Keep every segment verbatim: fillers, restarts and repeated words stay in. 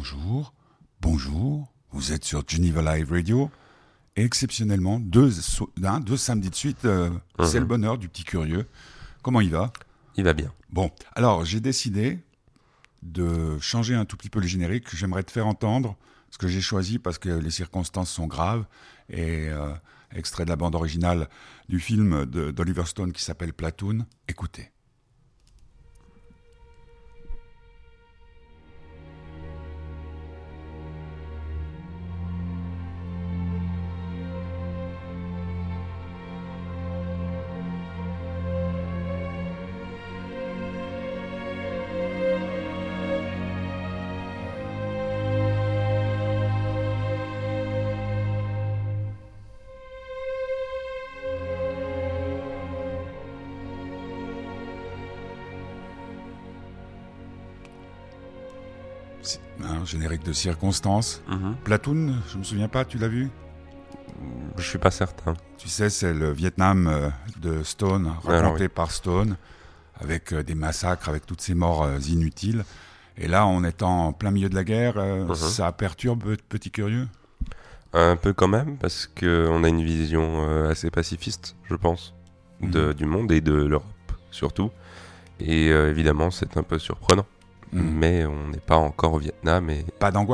bonjour, bonjour, vous êtes sur Geneva Live Radio, et exceptionnellement, deux, hein, deux samedis de suite, euh, mmh. c'est le bonheur du petit curieux. Comment il va ? Il va bien. Bon, alors j'ai décidé de changer un tout petit peu le générique. J'aimerais te faire entendre ce que j'ai choisi parce que les circonstances sont graves, et euh, extrait de la bande originale du film de, d'Oliver Stone qui s'appelle Platoon. Écoutez. Un générique de circonstances. Mm-hmm. Platoon, je me souviens pas, tu l'as vu ? Je suis pas certain. Tu sais, c'est le Vietnam de Stone, raconté Alors, oui. par Stone, avec des massacres, avec toutes ces morts inutiles. Et là, en étant en plein milieu de la guerre, mm-hmm. ça perturbe Petit Curieux ? Un peu quand même, parce qu'on a une vision assez pacifiste, je pense, de, mm-hmm. du monde et de l'Europe, surtout. Et euh, évidemment, c'est un peu surprenant. Mmh. Mais on n'est pas encore au Vietnam. Et... Pas d'angoisse ?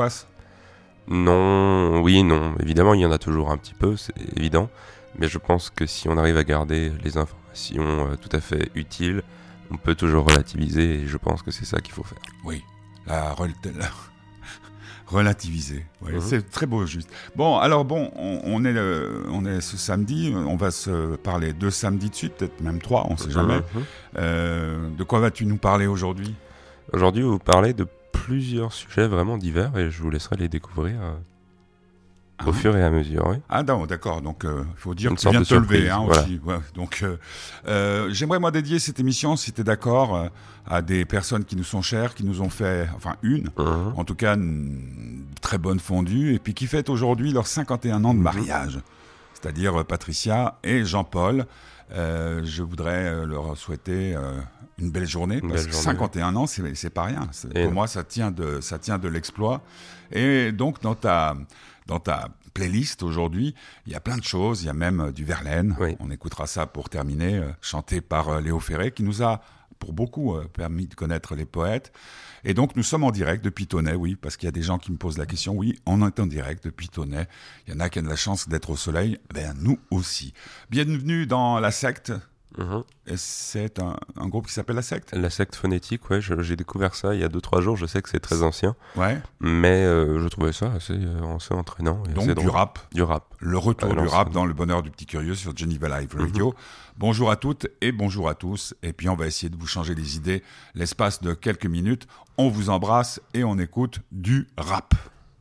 Non, oui, non. Évidemment, il y en a toujours un petit peu, c'est évident. Mais je pense que si on arrive à garder les informations euh, tout à fait utiles, on peut toujours relativiser. Et je pense que c'est ça qu'il faut faire. Oui, la, rel- la... relativiser. Ouais, mmh. C'est très beau, juste. Bon, alors bon, on, on, est, euh, on est ce samedi. On va se parler deux samedis de suite, peut-être même trois, on ne sait jamais. Mmh. Euh, de quoi vas-tu nous parler aujourd'hui ? Aujourd'hui, vous parlez de plusieurs sujets vraiment divers et je vous laisserai les découvrir euh, ah, au fur et à mesure. Oui. Ah non, d'accord, donc il euh, faut dire Une que tu viens de te lever hein, voilà. aussi. Ouais, donc, euh, euh, j'aimerais moi dédier cette émission, si tu es d'accord, euh, à des personnes qui nous sont chères, qui nous ont fait, enfin une, uh-huh. en tout cas une très bonne fondue, et puis qui fêtent aujourd'hui leurs cinquante et un ans de mariage, uh-huh. c'est-à-dire euh, Patricia et Jean-Paul. Euh, je voudrais euh, leur souhaiter euh, une belle journée, une parce belle que journée. cinquante et un ans, c'est, c'est pas rien. C'est, pour non. moi, ça tient, de, ça tient de l'exploit. Et donc, dans ta, dans ta playlist aujourd'hui, il y a plein de choses. Il y a même euh, du Verlaine. Oui. On écoutera ça pour terminer, euh, chanté par euh, Léo Ferré, qui nous a, pour beaucoup, euh, permis de connaître les poètes. Et donc, nous sommes en direct depuis Tonnet, oui, parce qu'il y a des gens qui me posent la question. Oui, on est en direct depuis Tonnet. Il y en a qui ont de la chance d'être au soleil. Ben, nous aussi. Bienvenue dans La Secte. Mm-hmm. Et c'est un, un groupe qui s'appelle La Secte. La Secte phonétique, ouais, je, j'ai découvert ça il y a deux trois jours. Je sais que c'est très ancien. Ouais. Mais euh, je trouvais ça assez, assez entraînant. Et donc, assez du drôle. rap. Du rap. Le retour ah, du rap dans le bonheur du petit curieux sur Geneva Live Radio. Mm-hmm. Bonjour à toutes et bonjour à tous. Et puis, on va essayer de vous changer les idées l'espace de quelques minutes. On vous embrasse et on écoute du rap.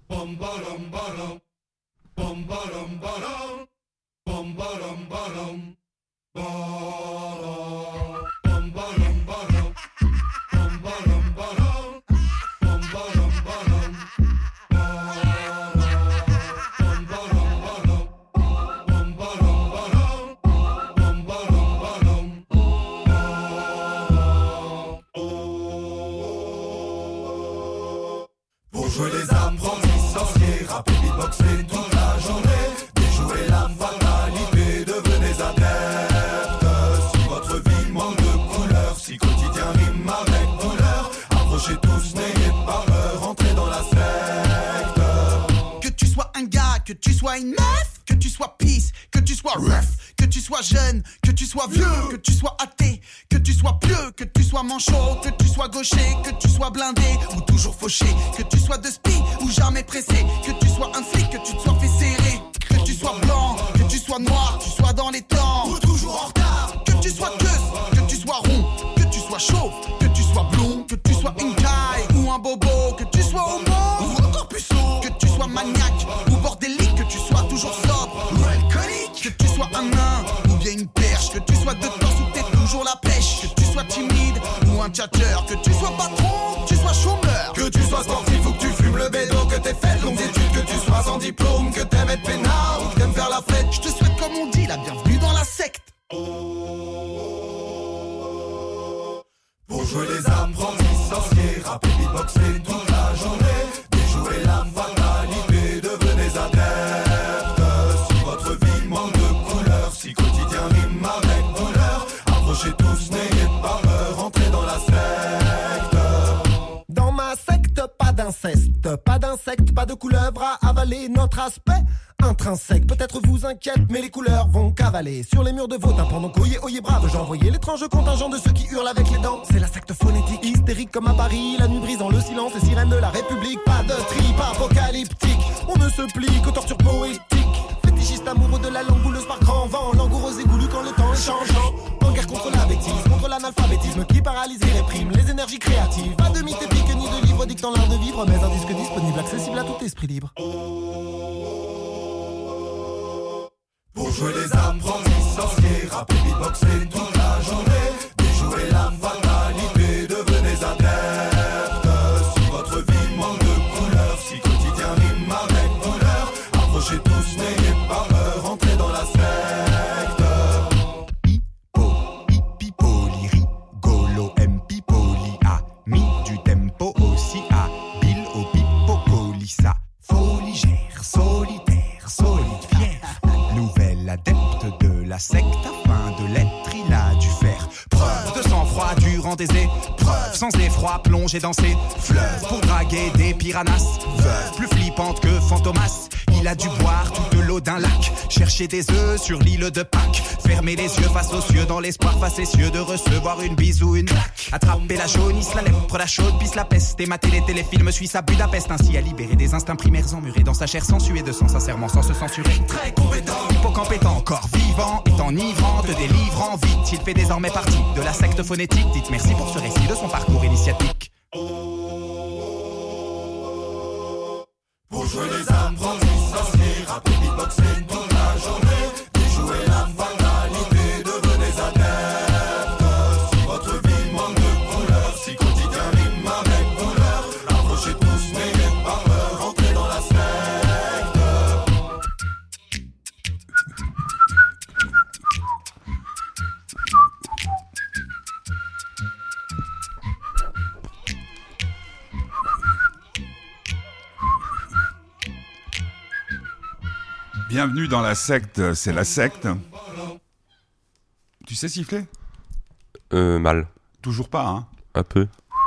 Jouer les âmes, prendre licenciés, rapper, beatboxer toute la journée, déjouer l'âme fatalité, devenez adeptes. Si votre vie manque de couleur, si quotidien rime avec douleur, approchez tous, n'ayez pas peur, entrez dans la secte. Que tu sois un gars, que tu sois une meuf, que tu sois pisse, que tu sois ref, que tu sois jeune, que tu sois vieux, que tu sois athée, que tu sois pieux, que tu sois manchot, que tu sois gaucher, que tu sois blindé ou toujours fauché, que tu sois de spi ou jamais pressé, que tu sois un flic, que tu te sois fait serrer, que tu sois blanc, que tu sois noir, que tu sois dans les temps ou toujours en retard, que tu sois queuse, que tu sois rond, que tu sois chauve, que tu sois blond, que tu sois une caille ou un bobo, que tu sois homo ou encore plus sourd, que tu sois maniaque ou bordélique, que tu sois toujours sobre ou alcoolique, que tu sois un nain ou bien une perche, que tu sois de temps ou t'es toujours la pêche, que tu sois timide ou un tchatcheur, que tu sois patron, que tu sois chômeur, que tu sois sportif ou que tu fumes le bédo, que t'aies fait de longues études, que tu sois sans diplôme, que t'aimes être peinard ou que t'aimes faire la fête. Je te souhaite, comme on dit, la bienvenue dans la secte. Pour jouer les âmes, prendre licenciés, rapper, beatboxer toute la journée, déjouer d'inceste, pas d'insectes, pas de couleuvres à avaler. Notre aspect intrinsèque peut-être vous inquiète, mais les couleurs vont cavaler sur les murs de vos tympans. Donc oyez, oyez brave, j'envoyais l'étrange contingent de ceux qui hurlent avec les dents. C'est la secte phonétique, hystérique comme à Paris, la nuit brisant le silence, les sirènes de la République. Pas de trip apocalyptique, on ne se plie qu'aux tortures poétiques. Fétichiste amoureux de la langue bouleuse par grand vent, langoureuse et goulue quand le temps est changeant. En guerre contre la bêtise, contre l'analphabétisme qui paralyse et réprime les énergies créatives. Pas de mythe épique ni de livre dictant l'art de vivre, mais un disque disponible, accessible à tout esprit libre. Pour jouer les âmes, prendre licenciés, rapper, beatboxer toute la journée, déjouer l'âme fatalité, devenez adeptes. Si votre vie manque de couleur, si quotidien rime avec douleur, approchez tous, n'ayez pas peur, entrez dans la secte. Hippo, hippipo, rigolo, empipoli, ami du tempo aussi, habile au pipocolissa, foligère, solitaire, solide, fier. Nouvel adepte de la secte, afin de l'être, il a dû faire preuve de sang-froid durant des épreuves, sans effroi, plonger dans ses fleuves pour draguer des piranhas. Veuve plus flippante que Fantomas, il a dû boire toute l'eau d'un lac, chercher des œufs sur l'île de Pâques, fermer les yeux face aux cieux dans l'espoir facétieux de recevoir une bise ou une claque. Attraper la jaunisse, la lèpre, la chaude pisse, la peste, et mater les téléfilms suisses à Budapest, ainsi à libérer des instincts primaires emmurés dans sa chair sans suer de sang, sincèrement sans se censurer. Très compétent, hippocampe est encore vivant, est enivrant, te délivrant vite, il fait désormais partie de la secte phonétique. Dites merci pour ce récit de son parcours initiatique. Pour jouer les âmes, prendre licenciés, rapper, beatboxer toute la journée, déjouer l'âme fatalité, devenez adeptes. Si votre vie manque de couleur, si quotidien rime avec douleur, approchez tous, n'ayez pas peur, entrez dans la secte. Bienvenue dans la secte, c'est la secte. Tu sais siffler ? Euh, mal. Toujours pas, hein ? Un peu.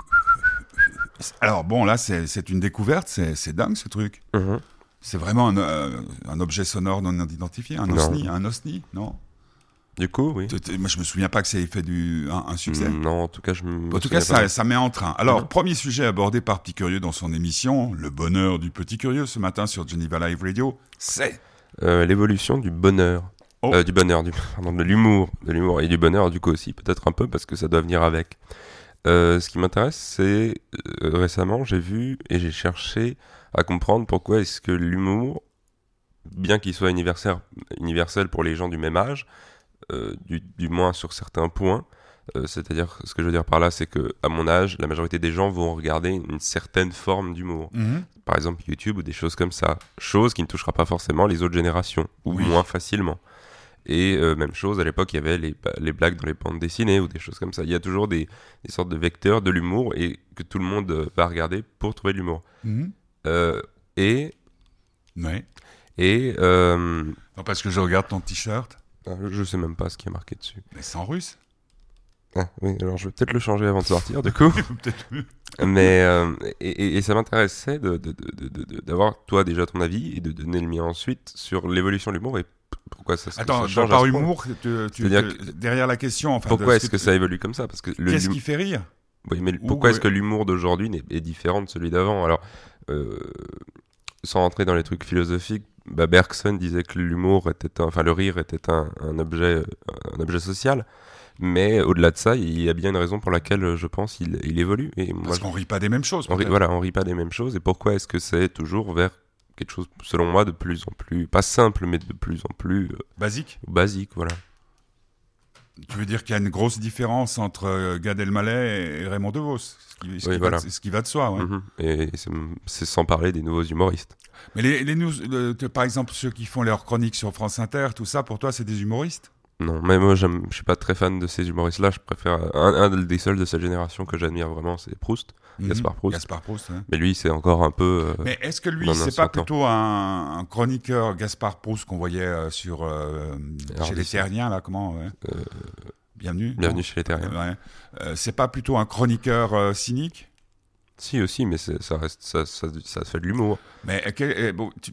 Alors bon, là, c'est, c'est une découverte, c'est, c'est dingue ce truc. Mmh. C'est vraiment un, euh, un objet sonore non identifié, un osni, un osni, non ? Du coup, oui. Moi, je me souviens pas que ça ait fait du, un, un succès. Non, en tout cas, je me En tout cas, ça, ça met en train. Alors, mmh. premier sujet abordé par Petit Curieux dans son émission, Le bonheur du Petit Curieux, ce matin sur Geneva Live Radio, c'est... Euh, l'évolution du bonheur. Oh. Euh, du bonheur, du, pardon, de l'humour. De l'humour et du bonheur, du coup aussi, peut-être un peu, parce que ça doit venir avec. Euh, ce qui m'intéresse, c'est... Euh, récemment, j'ai vu et j'ai cherché à comprendre pourquoi est-ce que l'humour, bien qu'il soit universel, universel pour les gens du même âge, euh, du, du moins sur certains points, euh, c'est-à-dire, ce que je veux dire par là, c'est que à mon âge, la majorité des gens vont regarder une certaine forme d'humour. Mmh. Par exemple YouTube ou des choses comme ça. Chose qui ne touchera pas forcément les autres générations, ou oui. moins facilement. Et euh, même chose, à l'époque, il y avait les, les blagues dans les bandes dessinées ou des choses comme ça. Il y a toujours des, des sortes de vecteurs de l'humour et que tout le monde va regarder pour trouver de l'humour. Mmh. Euh, et... Ouais. Et... Euh, non, parce que je regarde ton t-shirt. Je sais même pas ce qui est marqué dessus. Mais c'est en russe. Ah, oui, alors je vais peut-être le changer avant de sortir, du coup. Peut-être. Mais euh, et, et, et ça m'intéressait de, de, de, de, de, d'avoir toi déjà ton avis et de donner le mien ensuite sur l'évolution de l'humour et pourquoi ça, Attends, ça change. par à ce humour, tu, tu, que, derrière la question, enfin, pourquoi est-ce que, que ça évolue comme ça ? Parce que le qu'est-ce qui fait rire ? Oui, mais Ou, pourquoi ouais. est-ce que l'humour d'aujourd'hui est, est différent de celui d'avant ? Alors, euh, sans rentrer dans les trucs philosophiques, bah Bergson disait que l'humour était, un, enfin le rire était un, un objet, un objet social. Mais au-delà de ça, il y a bien une raison pour laquelle je pense il, il évolue. Et moi, Parce qu'on rit pas des mêmes choses. On rit, voilà, on rit pas des mêmes choses. Et pourquoi est-ce que c'est toujours vers quelque chose, selon moi, de plus en plus, pas simple, mais de plus en plus euh, basique. Basique, voilà. Tu veux dire qu'il y a une grosse différence entre Gad Elmaleh et Raymond DeVos, ce qui, ce oui, qui, voilà. va, de, ce qui va de soi. Ouais. Mm-hmm. Et c'est, c'est sans parler des nouveaux humoristes. Mais les, les news, le, par exemple, ceux qui font leurs chroniques sur France Inter, tout ça, pour toi, c'est des humoristes ? Non, mais moi, j'aime, je suis pas très fan de ces humoristes-là. Je préfère un, un des seuls de cette génération que j'admire vraiment, c'est Proust, mmh, Gaspard Proust. Gaspard Proust, ouais. Mais lui, c'est encore un peu. Euh, mais est-ce que lui, c'est pas plutôt un, un chroniqueur Gaspard Proust qu'on voyait euh, sur euh, chez les Terriens là, comment ouais. euh, Bienvenue. Bienvenue non chez les Terriens. Ouais. Euh, c'est pas plutôt un chroniqueur euh, cynique ? Si, aussi, mais c'est, ça reste, ça, ça, ça fait de l'humour. Mais okay, bon, tu...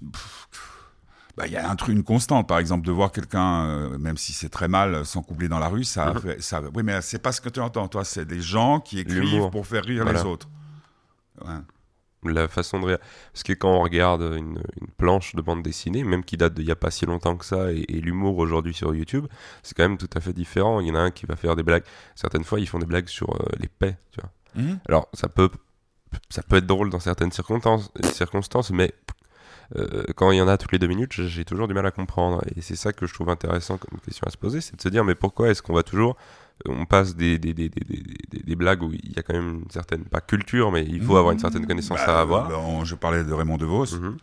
Bah, y a un truc, une constante, par exemple, de voir quelqu'un, euh, même si c'est très mal, s'encoubler dans la rue, ça, mm-hmm. fait, ça, oui, mais c'est pas ce que tu entends, toi. C'est des gens qui écrivent l'humour. Pour faire rire voilà. les autres. Ouais. La façon de rire. Parce que quand on regarde une, une planche de bande dessinée, même qui date d'il n'y a pas si longtemps que ça, et, et l'humour aujourd'hui sur YouTube, c'est quand même tout à fait différent. Il y en a un qui va faire des blagues. Certaines fois, ils font des blagues sur euh, les paix, tu vois. Mm-hmm. Alors, ça peut, ça peut être drôle dans certaines circonstances, circonstances mais euh, quand il y en a toutes les deux minutes, j'ai toujours du mal à comprendre. Et c'est ça que je trouve intéressant comme question à se poser, c'est de se dire, mais pourquoi est-ce qu'on va toujours... On passe des, des, des, des, des, des blagues où il y a quand même une certaine, pas culture, mais il faut mmh, avoir une certaine connaissance bah, à avoir. Bah, je parlais de Raymond DeVos. Mmh.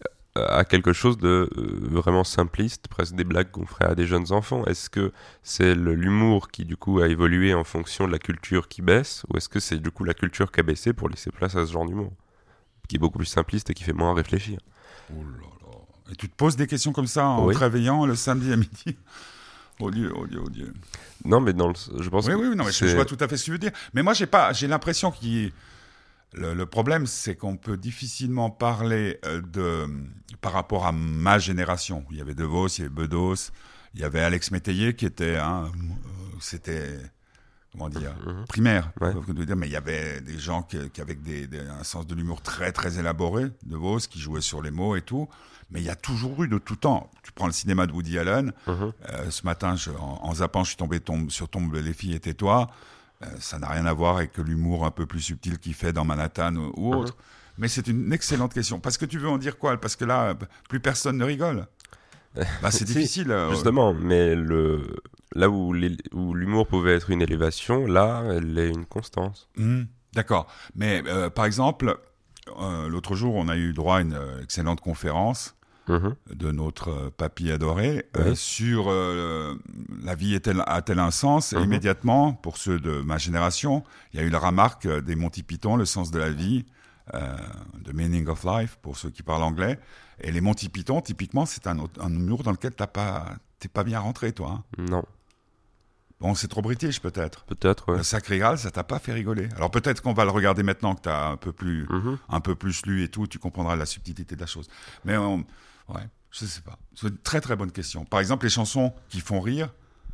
À quelque chose de euh, vraiment simpliste, presque des blagues qu'on ferait à des jeunes enfants. Est-ce que c'est le, l'humour qui, du coup, a évolué en fonction de la culture qui baisse, ou est-ce que c'est, du coup, la culture qui a baissé pour laisser place à ce genre d'humour, qui est beaucoup plus simpliste et qui fait moins réfléchir? Oh là là. Et tu te poses des questions comme ça en oui. te réveillant le samedi à midi? Oh Dieu, oh Dieu, oh Dieu. Non, mais dans le, je pense oui, que oui, non, mais c'est... je vois tout à fait ce que tu veux dire. Mais moi, j'ai pas, j'ai l'impression qu'il le, le problème, c'est qu'on peut difficilement parler de par rapport à ma génération. Il y avait DeVos, il y avait Bedos, il y avait Alex Métayer qui était, hein, c'était comment dire, mm-hmm. primaire. Ouais. Mais il y avait des gens qui, qui avaient des, des, un sens de l'humour très très élaboré, DeVos, qui jouait sur les mots et tout. Mais il y a toujours eu de tout temps. Tu prends le cinéma de Woody Allen. Mm-hmm. Euh, ce matin, je, en, en zappant, je suis tombé tombe, sur Tombe les filles et tais-toi. Euh, ça n'a rien à voir avec l'humour un peu plus subtil qu'il fait dans Manhattan ou, ou autre. Mm-hmm. Mais c'est une excellente question. Parce que tu veux en dire quoi? Parce que là, plus personne ne rigole. Bah, c'est si, difficile. Euh, justement, mais le... là où, les... où l'humour pouvait être une élévation, là, elle est une constance. Mmh, d'accord. Mais euh, par exemple, euh, l'autre jour, on a eu droit à une euh, excellente conférence mmh. de notre euh, papy adoré oui. euh, sur euh, la vie est-elle, a-t-elle un sens? mmh. Et immédiatement, pour ceux de ma génération, il y a eu la remarque des Monty Python, le sens de la vie, euh, The Meaning of Life, pour ceux qui parlent anglais. Et les Monty Python, typiquement, c'est un, un humour dans lequel t'as pas, t'es pas bien rentré, toi. Hein. Non. Bon, c'est trop british, peut-être. Peut-être, ouais. Le Sacré Graal, ça t'a pas fait rigoler. Alors peut-être qu'on va le regarder maintenant que t'as un peu plus, mm-hmm. un peu plus lu et tout, tu comprendras la subtilité de la chose. Mais on, ouais, je sais pas. C'est une très très bonne question. Par exemple, les chansons qui font rire.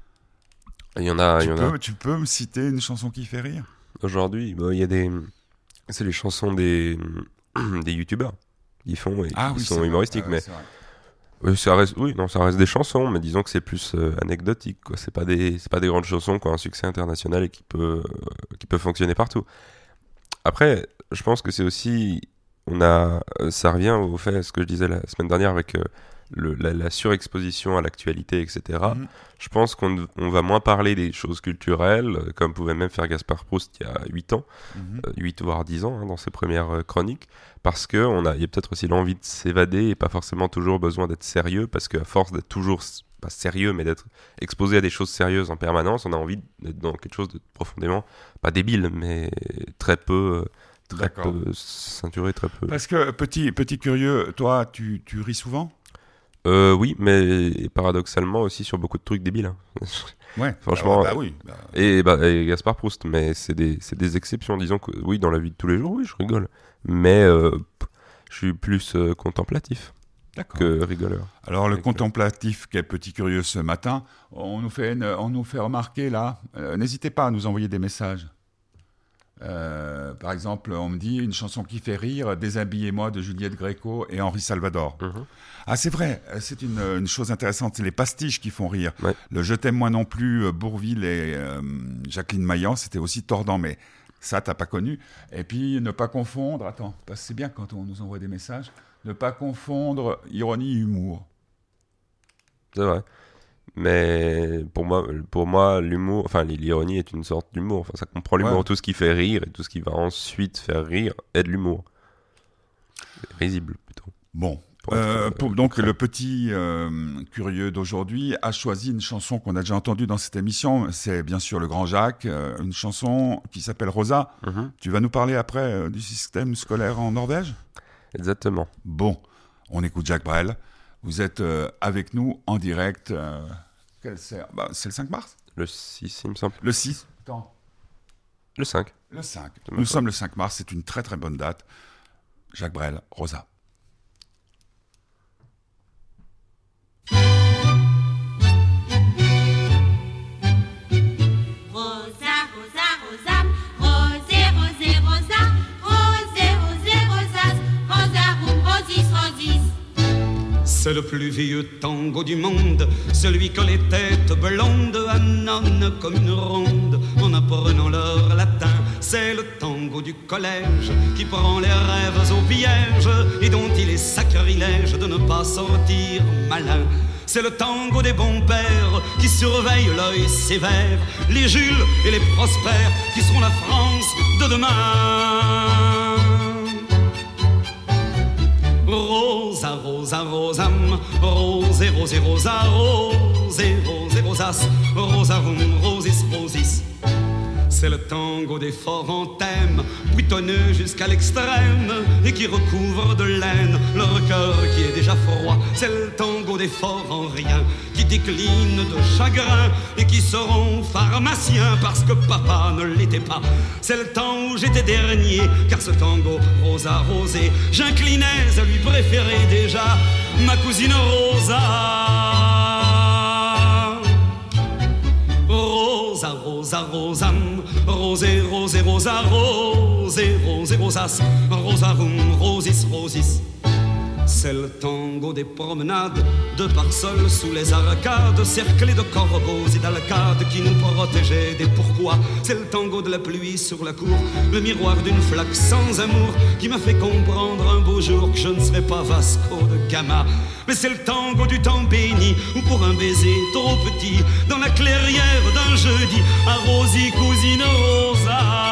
Il y en a, tu il y en peux, a. Tu peux me citer une chanson qui fait rire? Aujourd'hui, bah, il y a des, c'est les chansons des, des youtubeurs. Ils font, et ah, ils oui, sont humoristiques, euh, mais oui, ça reste, oui, non, ça reste des chansons, mais disons que c'est plus euh, anecdotique, quoi. C'est pas des, c'est pas des grandes chansons qui ont un succès international et qui peut, euh, qui peut fonctionner partout. Après, je pense que c'est aussi, on a, ça revient au fait, ce que je disais la semaine dernière avec euh, le, la, la surexposition à l'actualité, et cetera. Mm-hmm. Je pense qu'on on va moins parler des choses culturelles, comme pouvait même faire Gaspard Proust il y a huit ans, mm-hmm. euh, huit voire dix ans, hein, dans ses premières euh, chroniques, parce qu'il y a peut-être aussi l'envie de s'évader et pas forcément toujours besoin d'être sérieux, parce qu'à force d'être toujours, pas sérieux, mais d'être exposé à des choses sérieuses en permanence, on a envie d'être dans quelque chose de profondément, pas débile, mais très peu... Très D'accord. peu ceinturé, très peu. Parce que, petit, petit curieux, toi, tu, tu ris souvent? Euh, oui, mais paradoxalement aussi sur beaucoup de trucs débiles. Hein. Ouais, franchement. Bah, bah, oui. Bah... Et, bah, et Gaspard Proust, mais c'est des, c'est des exceptions. Disons que oui, dans la vie de tous les jours, oui, je rigole. Mais euh, je suis plus euh, contemplatif D'accord. que rigoleur. Alors le contemplatif qui est petit curieux ce matin, on nous fait, une, on nous fait remarquer là, euh, n'hésitez pas à nous envoyer des messages. Euh, par exemple, on me dit une chanson qui fait rire, Déshabillez-moi de Juliette Gréco et Henri Salvador. Mmh. Ah, c'est vrai, c'est une, une chose intéressante, c'est les pastiches qui font rire. Ouais. Le Je t'aime moi non plus, Bourvil et euh, Jacqueline Maillan, c'était aussi tordant, mais ça, t'as pas connu. Et puis, ne pas confondre, attends, c'est bien quand on nous envoie des messages, ne pas confondre ironie et humour. C'est vrai. Mais pour moi, pour moi, l'humour, enfin l'ironie est une sorte d'humour. Enfin, ça comprend l'humour, ouais. Tout ce qui fait rire et tout ce qui va ensuite faire rire est de l'humour. C'est risible plutôt. Bon, euh, pour, donc le petit euh, curieux d'aujourd'hui a choisi une chanson qu'on a déjà entendue dans cette émission. C'est bien sûr le Grand Jacques, euh, une chanson qui s'appelle Rosa. Mm-hmm. Tu vas nous parler après euh, du système scolaire en Norvège ? Exactement. Bon, on écoute Jacques Brel. Vous êtes euh, avec nous en direct. Euh, quel c'est, bah, c'est le cinq mars ? Le six, il me semble. Le six. Attends. Le cinq. Le cinq. Nous sommes le cinq mars, c'est une très très bonne date. Jacques Brel, Rosa. C'est le plus vieux tango du monde, celui que les têtes blondes annonnent comme une ronde en apprenant leur latin. C'est le tango du collège qui prend les rêves au piège et dont il est sacrilège de ne pas sortir malin. C'est le tango des bons pères qui surveillent l'œil sévère, les Jules et les Prospères qui seront la France de demain. Rosa, rosa, rosam, rose, rose, rosa, rose, rose, rosas, rosarum, rosis, rosis. C'est le tango des forts en thème, buitonneux jusqu'à l'extrême, et qui recouvre de laine leur cœur qui est déjà froid. C'est le tango des forts en rien, qui décline de chagrin, et qui seront pharmaciens parce que papa ne l'était pas. C'est le temps où j'étais dernier, car ce tango rosa rosé, j'inclinais à lui préférer déjà ma cousine Rosa. Rosa, rosa, rosam, rosé, rosé, rosa, rosé, rosé, rosas, rosarum, rosis, rosis. C'est le tango des promenades, de parsoles sous les arcades, cerclés de corbeaux et d'alcades qui nous protégeaient des pourquoi. C'est le tango de la pluie sur la cour, le miroir d'une flaque sans amour, qui m'a fait comprendre un beau jour que je ne serais pas Vasco de Gama. Mais c'est le tango du temps béni, où pour un baiser trop petit, dans la clairière d'un jeudi, à Rosie, cousine Rosa.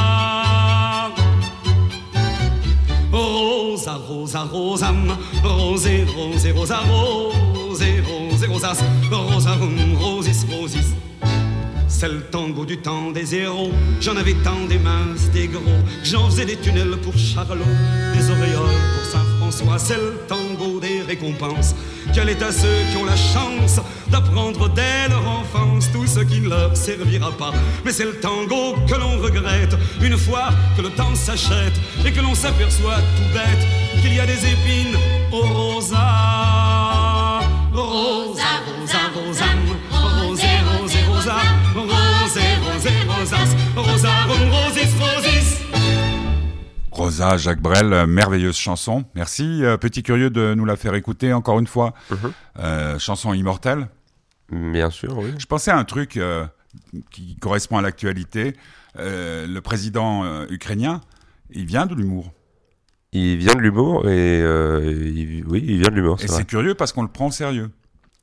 Rosa, rosa, rosam, rosé, rosé, rosa, rosé, rosé, rosas, rosarum, rosis, rosis. C'est le tango du temps des héros, j'en avais tant des minces, des gros, j'en faisais des tunnels pour Charlot, des auréoles pour Saint-François. C'est le tango des récompenses, quelle est à ceux qui ont la chance d'apprendre dès leur enfance tout ce qui ne leur servira pas. Mais c'est le tango que l'on regrette une fois que le temps s'achète et que l'on s'aperçoit tout bête qu'il y a des épines au rosa. Rosa, rosa, rosam, rosé, rosé, rosa, rosé, rosé, rosas, rosarum, rosis, rosis. Rosa, Jacques Brel, merveilleuse chanson. Merci, euh, petit curieux de nous la faire écouter encore une fois. Mm-hmm. Euh, chanson immortelle. Bien sûr, oui. Je pensais à un truc euh, qui correspond à l'actualité. Euh, le président euh, ukrainien, il vient de l'humour. Il vient de l'humour et euh, il, oui, il vient de l'humour. Et c'est, c'est curieux parce qu'on le prend au sérieux.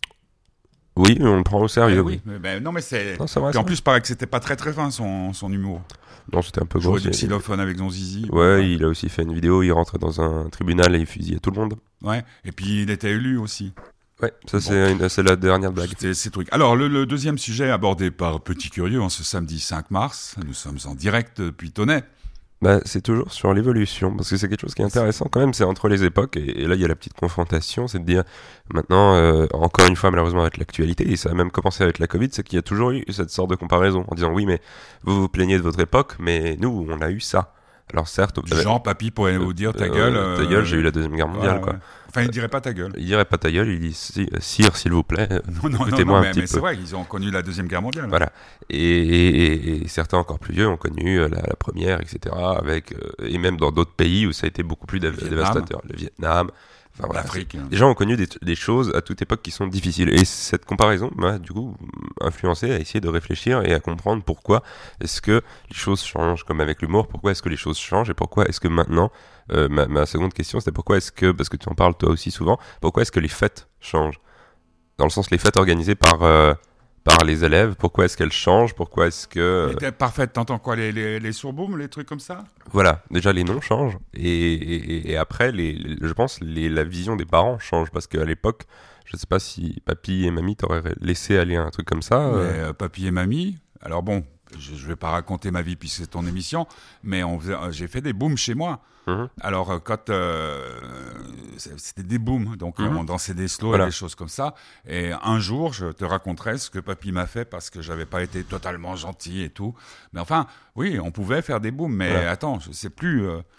Oui, on le prend au sérieux. Eh oui, oui. Mais ben, non, mais c'est. Non, c'est vrai, Puis en plus, il paraît que c'était pas très très fin son, son humour. Non, c'était un peu gros. Jouer du xylophone avec son zizi. Ouais, ouais, il a aussi fait une vidéo. Il rentrait dans un tribunal et il fusillait tout le monde. Ouais. Et puis il était élu aussi. Ouais, ça bon. c'est, une, c'est la dernière blague. C'était ces trucs. Alors le, le deuxième sujet abordé par Petit Curieux en ce samedi cinq mars, nous sommes en direct depuis Tonnet. Bah, c'est toujours sur l'évolution, parce que c'est quelque chose qui est intéressant quand même, c'est entre les époques, et, et là il y a la petite confrontation, c'est de dire, maintenant, euh, encore une fois malheureusement avec l'actualité, et ça a même commencé avec la Covid, c'est qu'il y a toujours eu cette sorte de comparaison, en disant oui mais vous vous plaignez de votre époque, mais nous on a eu ça. Alors certes... Du genre, papy pourrait euh, vous dire ta gueule... Euh, ta gueule, euh, j'ai eu la Deuxième Guerre mondiale, ouais, quoi. Ouais. Enfin, il dirait pas ta gueule. Il dirait pas ta gueule, il dit sire, s'il vous plaît, non, non, écoutez-moi non, un mais, petit mais peu. C'est vrai, ils ont connu la Deuxième Guerre mondiale. Voilà. Et, et, et, et certains encore plus vieux ont connu la, la première, et cetera. Avec, euh, et même dans d'autres pays où ça a été beaucoup plus dév- le dévastateur. Le Vietnam... Enfin, voilà, l'Afrique. Hein. Les gens ont connu des, des choses à toute époque qui sont difficiles. Et cette comparaison m'a du coup influencé à essayer de réfléchir et à comprendre pourquoi est-ce que les choses changent, comme avec l'humour, pourquoi est-ce que les choses changent et pourquoi est-ce que maintenant, euh, ma, ma seconde question c'était pourquoi est-ce que, parce que tu en parles toi aussi souvent, pourquoi est-ce que les fêtes changent? Dans le sens les fêtes organisées par... Euh, par les élèves, pourquoi est-ce qu'elles changent, pourquoi est-ce que... Euh... Parfait, t'entends quoi, les, les, les surboom, les trucs comme ça? Voilà, déjà les noms changent, et, et, et après, les, les, je pense, les, la vision des parents change, parce qu'à l'époque, je sais pas si papy et mamie t'auraient laissé aller un truc comme ça. Mais, euh... euh, papy et mamie, alors bon, je, je vais pas raconter ma vie puisque c'est ton émission, mais on faisait, j'ai fait des booms chez moi. Mmh. Alors, quand euh, c'était des booms, donc mm-hmm. on dansait des slows voilà. et des choses comme ça. Et un jour, je te raconterai ce que papy m'a fait parce que j'avais pas été totalement gentil et tout. Mais enfin, oui, on pouvait faire des booms, mais voilà. attends, je sais plus euh,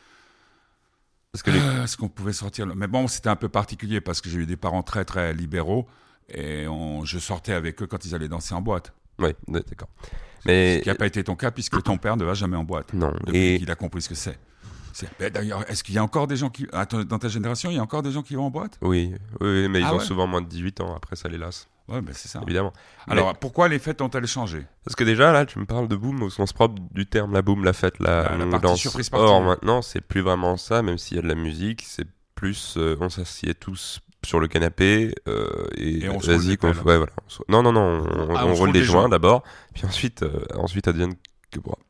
parce que les... euh, ce qu'on pouvait sortir. Mais bon, c'était un peu particulier parce que j'ai eu des parents très très libéraux et on... je sortais avec eux quand ils allaient danser en boîte. Oui, d'accord. Mais ce qui n'a pas été ton cas puisque ton père ne va jamais en boîte. Non. Depuis et... qu'il a compris ce que c'est. c'est... D'ailleurs, est-ce qu'il y a encore des gens qui... Attends, dans ta génération, il y a encore des gens qui vont en boîte ? Oui, oui, mais ils ah ont ouais souvent moins de dix-huit ans. Après, ça les lasse. Ouais, ben c'est ça. Évidemment. Alors, mais... pourquoi les fêtes ont-elles changé ? Parce que déjà, là, tu me parles de boom au sens propre du terme, la boom, la fête, la, la, la on partie danse. surprise partie. Or, maintenant, c'est plus vraiment ça, même s'il y a de la musique, c'est plus, euh, on s'assied tous sur le canapé euh, et, et on se vas-y qu'on ouais, voilà. On se... non non non on, ah, on, on roule des joints d'abord puis ensuite euh, ensuite advienne que pourra.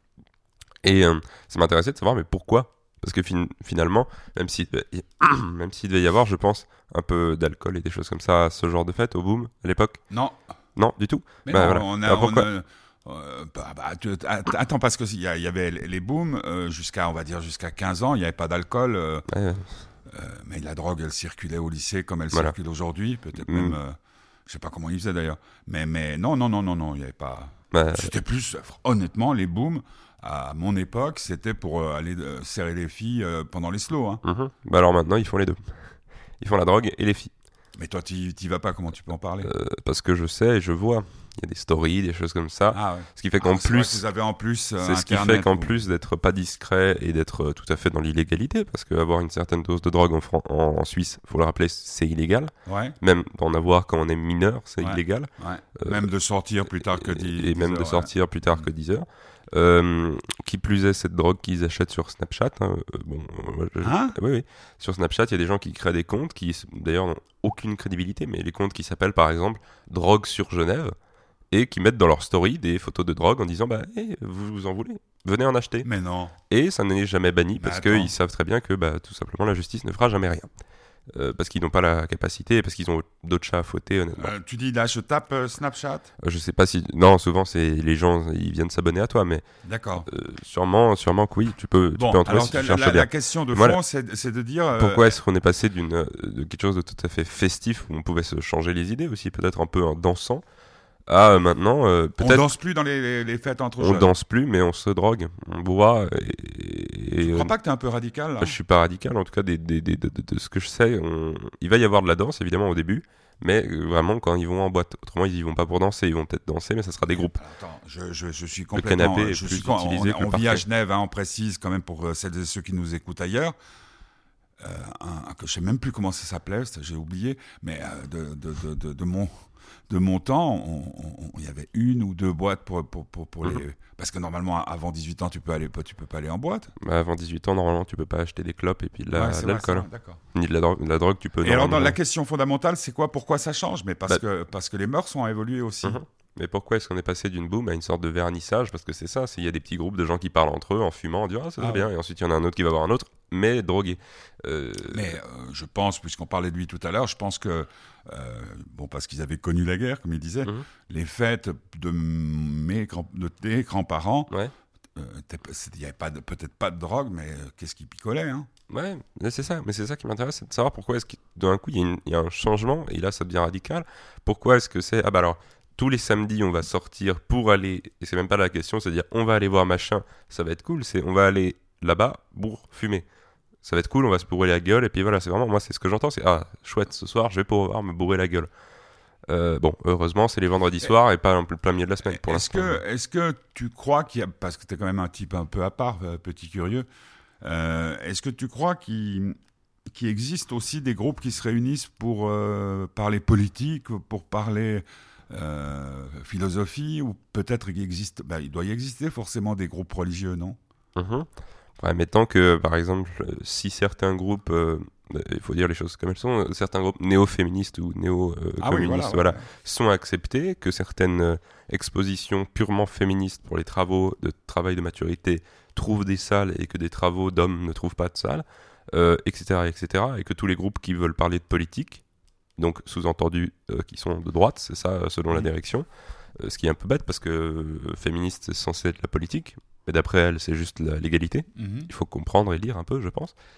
Et euh, ça m'intéressait de savoir mais pourquoi, parce que fin- finalement même si même s'il devait y avoir je pense un peu d'alcool et des choses comme ça à ce genre de fête au boom à l'époque. Non non du tout. Mais bah, non, voilà. on a, Alors, pourquoi on a... Euh, bah, bah, tu, attends, parce qu'il y, y avait les booms euh, jusqu'à, on va dire, jusqu'à quinze ans, il n'y avait pas d'alcool. Euh, ouais. euh, mais la drogue, elle circulait au lycée comme elle voilà. circule aujourd'hui. Peut-être mmh. même, euh, je ne sais pas comment ils faisaient d'ailleurs. Mais, mais non, non, non, non, non, il n'y avait pas. Bah, c'était plus, honnêtement, les booms, à mon époque, c'était pour euh, aller euh, serrer les filles euh, pendant les slows. Hein. Mmh. Bah alors maintenant, ils font les deux. Ils font la drogue et les filles. Mais toi, tu n'y vas pas, comment tu peux en parler ? euh, Parce que je sais et je vois. Il y a des stories, des choses comme ça. Ah ouais. Ce qui fait qu'en ah, plus, vous avez en plus euh, c'est ce qui fait qu'en ou... plus d'être pas discret et d'être tout à fait dans l'illégalité, parce qu'avoir une certaine dose de drogue en, Fran- en, en Suisse, faut le rappeler, c'est illégal. Ouais. Même d'en avoir quand on est mineur, c'est ouais. illégal. Ouais. Euh, même de sortir plus tard que dix heures. Et même heures, de sortir ouais. plus tard que dix heures. Euh, qui plus est cette drogue qu'ils achètent sur Snapchat. Hein, euh, bon, je, hein oui, oui. Sur Snapchat, il y a des gens qui créent des comptes qui, d'ailleurs, n'ont aucune crédibilité, mais les comptes qui s'appellent par exemple Drogue sur Genève et qui mettent dans leur story des photos de drogue en disant bah, hey, vous vous en voulez, venez en acheter. Mais non. Et ça n'est jamais banni mais parce attends. qu'ils savent très bien que bah, tout simplement la justice ne fera jamais rien. Euh, parce qu'ils n'ont pas la capacité et parce qu'ils ont d'autres chats à fouetter, honnêtement. Euh, tu dis là, je tape euh, Snapchat euh, Je sais pas si. Non, souvent, c'est les gens, ils viennent s'abonner à toi, mais. D'accord. Euh, sûrement, sûrement que oui, tu peux, bon, tu peux en trouver alors, si tu la, cherches la, bien. La question de fond, voilà. c'est, c'est de dire. Euh... Pourquoi est-ce qu'on est passé d'une, de quelque chose de tout à fait festif où on pouvait se changer les idées aussi, peut-être un peu en dansant, à euh, maintenant. Euh, peut-être. On danse plus dans les, les, les fêtes entre on jeunes. On danse plus, mais on se drogue, on boit. Et, et, tu euh, crois pas que t'es un peu radical là ? Je suis pas radical, en tout cas, des, des, des, de, de, de ce que je sais. On... Il va y avoir de la danse, évidemment, au début, mais vraiment quand ils vont en boîte. Autrement, ils y vont pas pour danser, ils vont peut-être danser, mais ça sera des groupes. Attends, je, je, je suis complètement. Le canapé est je plus suis, utilisé on, que on le vit à parquet. Genève, hein, on précise quand même pour celles et ceux qui nous écoutent ailleurs. Euh, un, un, je sais même plus comment ça s'appelait, j'ai oublié, mais euh, de, de, de, de, de mon. De mon temps, il y avait une ou deux boîtes pour, pour, pour, pour mmh. les... Parce que normalement, avant dix-huit ans, tu peux, aller, tu peux pas aller en boîte. Bah avant dix-huit ans, normalement, tu peux pas acheter des clopes et puis de, la, ouais, de l'alcool. Vrai, d'accord. Ni de la, drogue, de la drogue, tu peux... Et alors, dans la question fondamentale, c'est quoi ? Pourquoi ça change ? Mais parce, bah, que, parce que les mœurs ont évolué aussi. Mmh. Mais pourquoi est-ce qu'on est passé d'une boom à une sorte de vernissage ? Parce que c'est ça, il y a des petits groupes de gens qui parlent entre eux en fumant, en disant « Ah, ça va ah, bien ouais. », et ensuite il y en a un autre qui va voir un autre, mais drogué. Euh... Mais euh, je pense, puisqu'on parlait de lui tout à l'heure, je pense que, euh, bon, parce qu'ils avaient connu la guerre, comme il disait, mmh. les fêtes de mes grands, de tes grands-parents, ouais. euh, il n'y avait pas de, peut-être pas de drogue, mais euh, qu'est-ce qu'ils picolaient, hein ? Ouais, mais c'est ça, mais c'est ça qui m'intéresse, c'est de savoir pourquoi est-ce que d'un coup il y, y a un changement, et là ça devient radical. Pourquoi est-ce que c'est... Ah bah alors... Tous les samedis, on va sortir pour aller, et c'est même pas la question, c'est de dire on va aller voir machin, ça va être cool, c'est on va aller là-bas pour fumer. Ça va être cool, on va se bourrer la gueule, et puis voilà, c'est vraiment, moi c'est ce que j'entends, c'est ah, chouette, ce soir, je vais pouvoir me bourrer la gueule. Euh, bon, heureusement, c'est les vendredis soirs et pas un peu plein milieu de la semaine pour est-ce l'instant. Que, est-ce que tu crois qu'il y a, parce que tu es quand même un type un peu à part, petit curieux, euh, est-ce que tu crois qu'il, qu'il existe aussi des groupes qui se réunissent pour euh, parler politique, pour parler. Euh, philosophie, ou peut-être qu'il existe, bah, il doit y exister forcément des groupes religieux, non ? Mmh. Ouais, mais tant que, par exemple, si certains groupes, euh, il faut dire les choses comme elles sont, certains groupes néo-féministes ou néo-communistes ah oui, voilà, voilà, ouais. sont acceptés, que certaines euh, expositions purement féministes pour les travaux de travail de maturité trouvent des salles et que des travaux d'hommes ne trouvent pas de salles, euh, et cetera, et cetera, et que tous les groupes qui veulent parler de politique, donc sous-entendu euh, qui sont de droite, c'est ça selon mmh. la direction, euh, ce qui est un peu bête parce que euh, féministe c'est censé être la politique, mais d'après elle c'est juste la légalité, mmh. il faut comprendre et lire un peu je pense,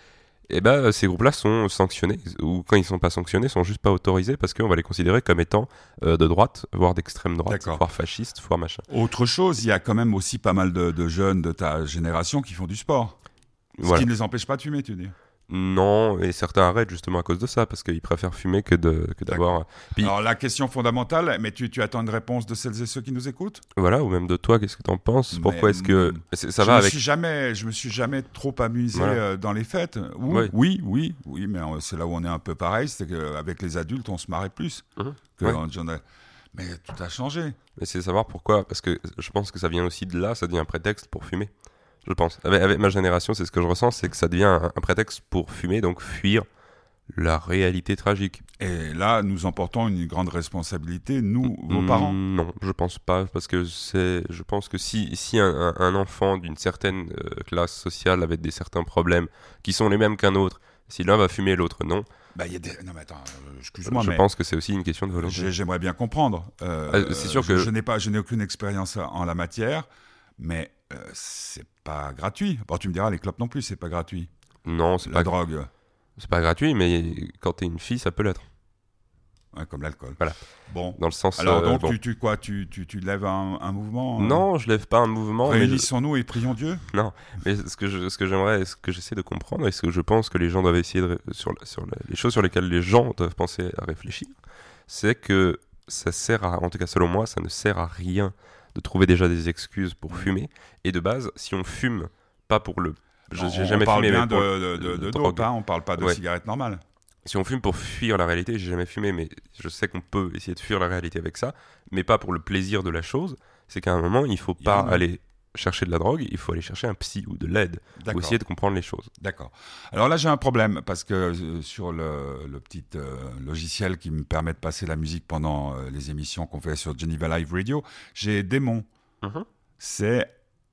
Et ben ces groupes-là sont sanctionnés, ou quand ils sont pas sanctionnés, sont juste pas autorisés parce qu'on va les considérer comme étant euh, de droite, voire d'extrême droite, D'accord. voire fasciste, voire machin. Autre chose, il y a quand même aussi pas mal de, de jeunes de ta génération qui font du sport. Ce Voilà. qui ne les empêche pas de fumer, tu dis. Non, et certains arrêtent justement à cause de ça, parce qu'ils préfèrent fumer que, de, que d'avoir... Puis, Alors la question fondamentale, mais tu, tu attends une réponse de celles et ceux qui nous écoutent ? voilà, ou même de toi, qu'est-ce que t'en penses ? Mais, Pourquoi est-ce que... mm, c'est- ça je va me avec... suis jamais, je me suis jamais trop amusé Voilà. euh, dans les fêtes. Ou- Ouais. Oui, oui, oui, mais euh, c'est là où on est un peu pareil, c'est qu'avec les adultes, on se marrait plus. Mhm. Que Ouais. on- j'en ai- Mais tout a changé. Mais c'est savoir pourquoi, parce que je pense que ça vient aussi de là, ça devient un prétexte pour fumer. Je pense. Avec, avec ma génération, c'est ce que je ressens, c'est que ça devient un, un prétexte pour fumer, donc fuir la réalité tragique. Et là, nous en portons une grande responsabilité, nous, vos Mm, parents. Non, je pense pas, parce que c'est, je pense que si, si un, un- un enfant d'une certaine euh, classe sociale avec des certains problèmes qui sont les mêmes qu'un autre, si l'un va fumer, l'autre non, Bah, il y a des... Non mais attends, euh, excuse-moi, je mais pense que c'est aussi une question de volonté. j'ai- j'aimerais bien comprendre. Euh, Ah, c'est sûr je, que- je n'ai pas, je n'ai aucune expérience en la matière, mais euh, c'est pas gratuit. Bon, tu me diras, les clopes non plus, c'est pas gratuit. Non, c'est La pas, drogue, c'est pas gratuit, mais quand t'es une fille, ça peut l'être. ouais, comme l'alcool. Voilà. Bon. Dans le sens. Alors euh, donc, bon. tu, tu quoi, tu, tu, tu lèves un, un mouvement euh, Non, je lève pas un mouvement, mais je- Réunissons-nous et prions Dieu. Mais ce que, je, ce que j'aimerais, ce que j'essaie de comprendre, et ce que je pense que les gens doivent essayer de, ré- sur, la- sur la- les choses sur lesquelles les gens doivent penser à réfléchir, c'est que ça sert à, en tout cas selon moi, ça ne sert à rien de trouver déjà des excuses pour fumer. Et de base, si on fume, pas pour le, je- j'ai on jamais parle fumé, bien mais pour de, le- de, de, de de drogue. dope, hein, on parle pas de Ouais. cigarettes normales. Si on fume pour fuir la réalité, j'ai jamais fumé, mais je sais qu'on peut essayer de fuir la réalité avec ça, mais pas pour le plaisir de la chose. C'est qu'à un moment, il faut Il y a pas un- aller chercher de la drogue, il faut aller chercher un psy ou de l'aide pour D'accord. essayer de comprendre les choses. D'accord. Alors là, j'ai un problème parce que euh, sur le, le petit euh, logiciel qui me permet de passer la musique pendant euh, les émissions qu'on fait sur Geneva Live Radio, j'ai Démon. Mhm. C'est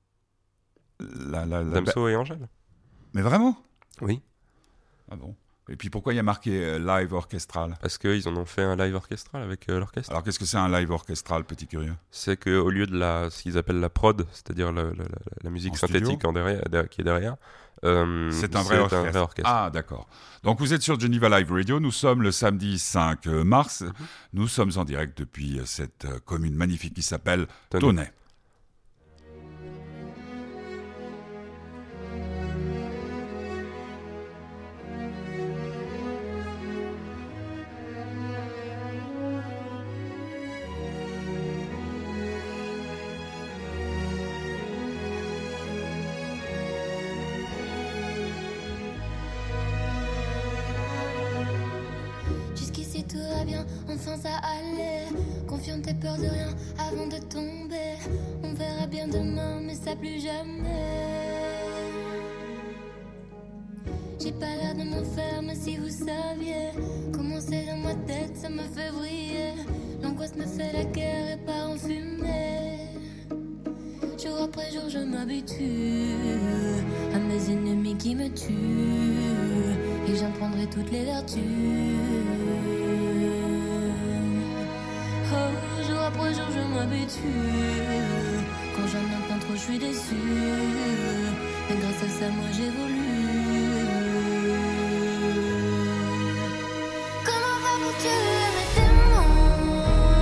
la, la, la- Damso et Angèle. Mais vraiment ? Oui. Ah bon. Et puis pourquoi il y a marqué euh, live orchestral ? Parce qu'ils en ont fait un live orchestral avec euh, l'orchestre. Alors qu'est-ce que c'est un live orchestral, petit curieux ? C'est qu'au lieu de la, ce qu'ils appellent la prod, c'est-à-dire la, la- la- la musique En synthétique en derrière, derrière- qui est derrière, euh, C'est un vrai orchestre. orchestre. Ah, d'accord. Donc vous êtes sur Geneva Live Radio. Nous sommes le samedi cinq mars. Mhm. Nous sommes en direct depuis euh, cette euh, commune magnifique qui s'appelle Tonnet. Tonnet. Jusqu'ici tout va bien, enfin ça allait. Confiante et peur de rien avant de tomber. On verra bien demain, mais ça plus jamais. J'ai pas l'air de m'en faire, mais si vous saviez comment c'est dans ma tête, ça me fait vriller. L'angoisse me fait la guerre et part en fumée. Jour après jour, je m'habitue à mes ennemis qui me tuent. Et j'en prendrai toutes les vertus. Oh, jour après jour, je m'habitue. Quand j'en entends trop, je suis déçu. Mais grâce à ça, moi j'évolue. Comment va pour tuer mes démons?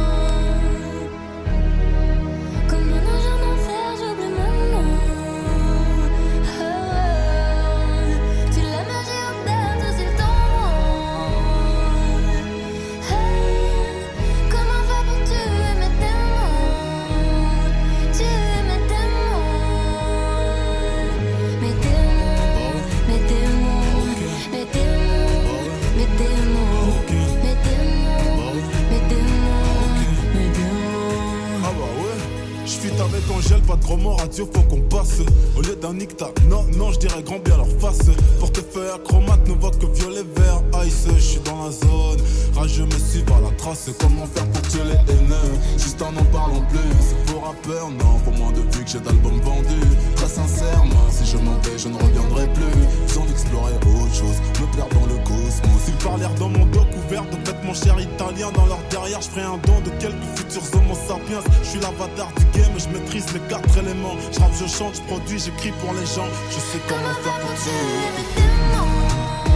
Comme un ange en enfer, j'oublie mon nom. Oh, oh. Tu la magie opère, tout c'est ton monde. Hey, comment va pour tuer mes démons? Tuer mes démons. Mes démons, mes démons, mes démons, mes démons, mes démons, mes démons, mes démons. Ah bah ouais, je suis avec Angèle, pas de gros mots, radio faut qu'on passe. Au lieu d'un nicta, non, non, je dirais grand bien leur face. Portefeuille acromate, ne vote que violet, vert, ice. Je suis dans la zone, rageux me suivent à la trace. Comment faire pour tuer les haineux, juste en n'en parlant plus. C'est pour rappeur, non, pour moins de vues que j'ai d'albums vendus. Très sincèrement, si je m'en vais, je ne reviendrai plus. Besoin d'explorer autre chose, me perdre dans le cosmos. Ils parlèrent dans mon dos couvert de vêtements chers italiens. Dans leur derrière, je ferai un don de quelques futurs homo sapiens. Je suis l'avatar du game, je maîtrise les quatre éléments. Je rappe, je chante, je produis, j'écris pour les gens. Je sais comment faire pour tuer. Mes démons.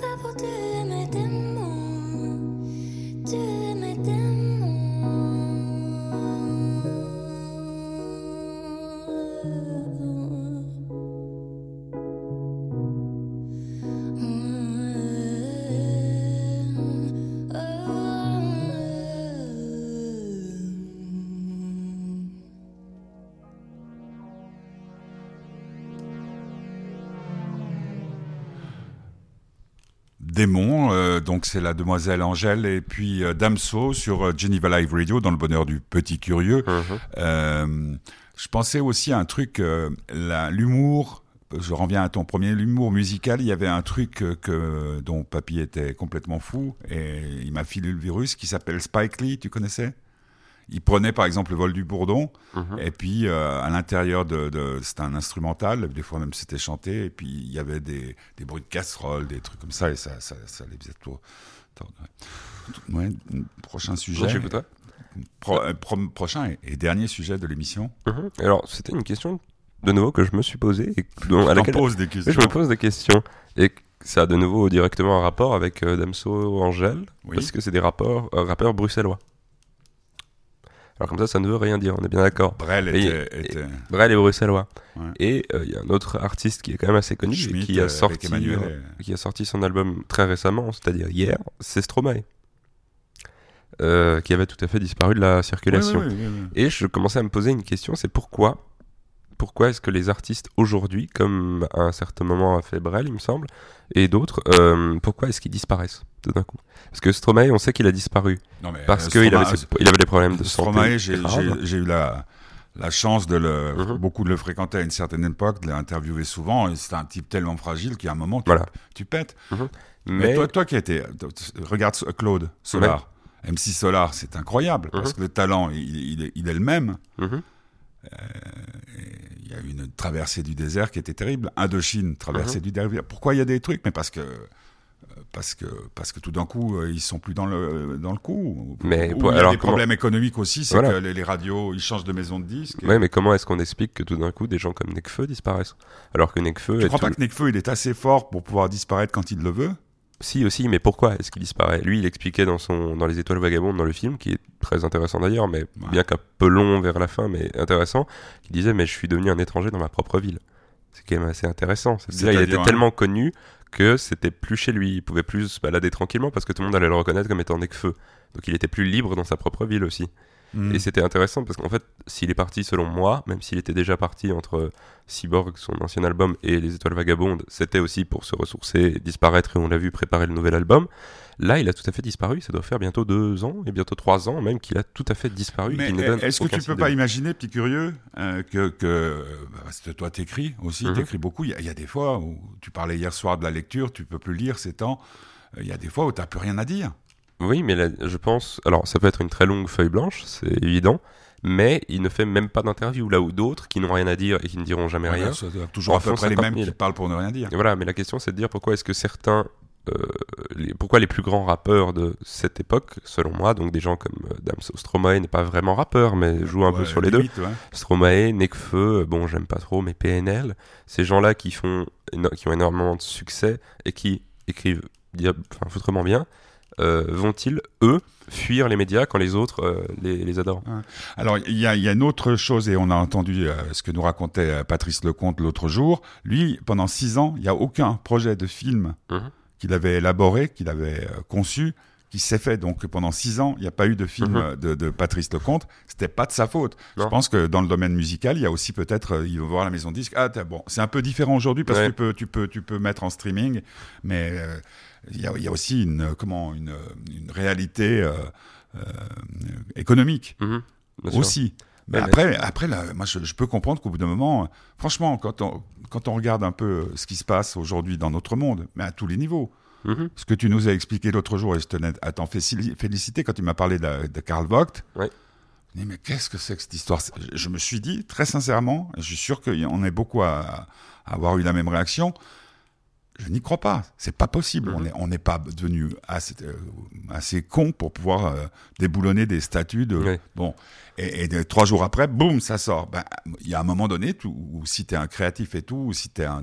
pas pour tuer mes démons, tuer mes démons. Démon, euh, donc c'est la demoiselle Angèle, et puis euh, Damso sur euh, Geneva Live Radio, dans le bonheur du petit curieux. Mm-hmm. Euh, je pensais aussi à un truc, euh, la, l'humour, je reviens à ton premier, l'humour musical, il y avait un truc euh, que, dont Papy était complètement fou, et il m'a filé le virus, qui s'appelle Spike Lee, tu connaissais ? Il prenait par exemple le vol du Bourdon, mmh. et puis euh, à l'intérieur de, de c'était un instrumental, des fois même c'était chanté, et puis il y avait des, des bruits de casserole, des trucs comme ça, et ça, ça, ça les faisait tout. Ouais, prochain sujet. Moi, j'écoute, ouais. Pro, pro, prochain et, et dernier sujet de l'émission. Mmh. Alors c'était une question de nouveau que je me suis posée, et dont, je à laquelle pose des questions. Je me pose des questions, et ça a de nouveau directement un rapport avec euh, Damso, Angèle, oui. Parce que c'est des rapports, euh, rappeurs bruxellois. Alors comme ça, ça ne veut rien dire, on est bien d'accord. Brel était... Et, était... Et, Brel est bruxellois. Ouais. Et il euh, y a un autre artiste qui est quand même assez connu, Schmitt, qui, a sorti, euh, et... qui a sorti son album très récemment, c'est-à-dire hier, c'est Stromae. Euh, qui avait tout à fait disparu de la circulation. Oui, oui, oui, oui, oui. Et je commençais à me poser une question, c'est pourquoi Pourquoi est-ce que les artistes aujourd'hui, comme à un certain moment a fait Brel, il me semble, et d'autres, euh, pourquoi est-ce qu'ils disparaissent tout d'un coup ? Parce que Stromae, on sait qu'il a disparu. Non, mais parce euh, qu'il Stromae, avait, il avait des problèmes de Stromae, santé. j'ai, j'ai, j'ai eu la, la chance de le, mm-hmm. beaucoup de le fréquenter à une certaine époque, de l'interviewer souvent, et c'est un type tellement fragile qu'à un moment, tu, voilà. tu pètes. Mm-hmm. Mais, mais toi, toi qui étais, regarde Claude Solar, ouais. M C Solar, c'est incroyable, mm-hmm. parce que le talent, il, il, est, il est le même. Mm-hmm. Il y a eu une traversée du désert qui était terrible. Indochine, traversée mm-hmm. du désert. Pourquoi il y a des trucs ? Mais parce que, parce que, parce que tout d'un coup, ils sont plus dans le, dans le coup. Mais Ou pour, il y a alors des comment... problèmes économiques aussi, c'est voilà. que les, les radios, ils changent de maison de disques. Oui, mais comment est-ce qu'on explique que tout d'un coup, des gens comme Nekfeu disparaissent ? Alors que Nekfeu. Tu ne crois tout... pas que Nekfeu, il est assez fort pour pouvoir disparaître quand il le veut ? Si, aussi, mais pourquoi est-ce qu'il disparaît ? Lui, il expliquait dans, son, dans Les Étoiles Vagabondes, dans le film, qui est très intéressant d'ailleurs, mais ouais. bien qu'un peu long vers la fin, mais intéressant, qui disait « Mais je suis devenu un étranger dans ma propre ville ». C'est quand même assez intéressant. C'est-à-dire, il était hein. tellement connu que c'était plus chez lui. Il pouvait plus se balader tranquillement parce que tout le monde allait le reconnaître comme étant Nekfeu. Donc il était plus libre dans sa propre ville aussi. Mmh. Et c'était intéressant parce qu'en fait, s'il est parti selon moi, même s'il était déjà parti entre Cyborg, son ancien album, et Les Étoiles Vagabondes, c'était aussi pour se ressourcer, disparaître, et on l'a vu préparer le nouvel album. Là, il a tout à fait disparu. Ça doit faire bientôt deux ans, et bientôt trois ans même, qu'il a tout à fait disparu. Mais est-ce que tu peux pas imaginer, petit curieux, euh, que, que bah, toi t'écris aussi, mmh. t'écris beaucoup. Il y, y a des fois où tu parlais hier soir de la lecture, tu peux plus lire ces temps. Il y a des fois où t'as plus rien à dire. Oui, mais là, je pense... Alors, ça peut être une très longue feuille blanche, c'est évident, mais il ne fait même pas d'interview, là où d'autres, qui n'ont rien à dire et qui ne diront jamais ouais, rien... C'est toujours à peu près les mêmes qui parlent pour ne rien dire. Et voilà, mais la question, c'est de dire pourquoi est-ce que certains... Euh, les, pourquoi les plus grands rappeurs de cette époque, selon moi, donc des gens comme euh, Damso, Stromae n'est pas vraiment rappeur, mais joue un ouais, peu sur les limite, deux. Ouais. Stromae, Nekfeu, bon, j'aime pas trop, mais P N L, ces gens-là qui, font, qui ont énormément de succès et qui écrivent enfin, foutrement bien... Euh, vont-ils, eux, fuir les médias quand les autres euh, les, les adorent ? Alors, il y a, y a une autre chose, et on a entendu euh, ce que nous racontait euh, Patrice Lecomte l'autre jour. Lui, pendant six ans, il n'y a aucun projet de film mmh. qu'il avait élaboré, qu'il avait euh, conçu, qui s'est fait. Donc, pendant six ans, il n'y a pas eu de film mmh. de, de Patrice Lecomte. C'était pas de sa faute. Non. Je pense que dans le domaine musical, il y a aussi peut-être, euh, il va voir la maison de disque. Ah, bon, c'est un peu différent aujourd'hui parce ouais. que tu peux, tu peux, tu peux mettre en streaming, mais euh, il y a, il y a aussi une, comment, une, une réalité euh, euh, économique mmh. aussi. Mais ouais, après, mais... après là, moi, je, je peux comprendre qu'au bout d'un moment, franchement, quand on, quand on regarde un peu ce qui se passe aujourd'hui dans notre monde, mais à tous les niveaux, mmh. ce que tu nous as expliqué l'autre jour, et je tenais à t'en féliciter quand tu m'as parlé de, de Karl Vogt. Ouais. Je me dis, mais qu'est-ce que c'est que cette histoire ? Je me suis dit, très sincèrement, je suis sûr qu'on est beaucoup à, à avoir eu la même réaction. Je n'y crois pas. C'est pas possible. Mmh. On n'est pas devenu assez, euh, assez con pour pouvoir euh, déboulonner des statuts de. Oui. Bon. Et, et de, trois jours après, boum, ça sort. Ben, il y a un moment donné, tout, où si t'es un créatif et tout, ou si t'es un,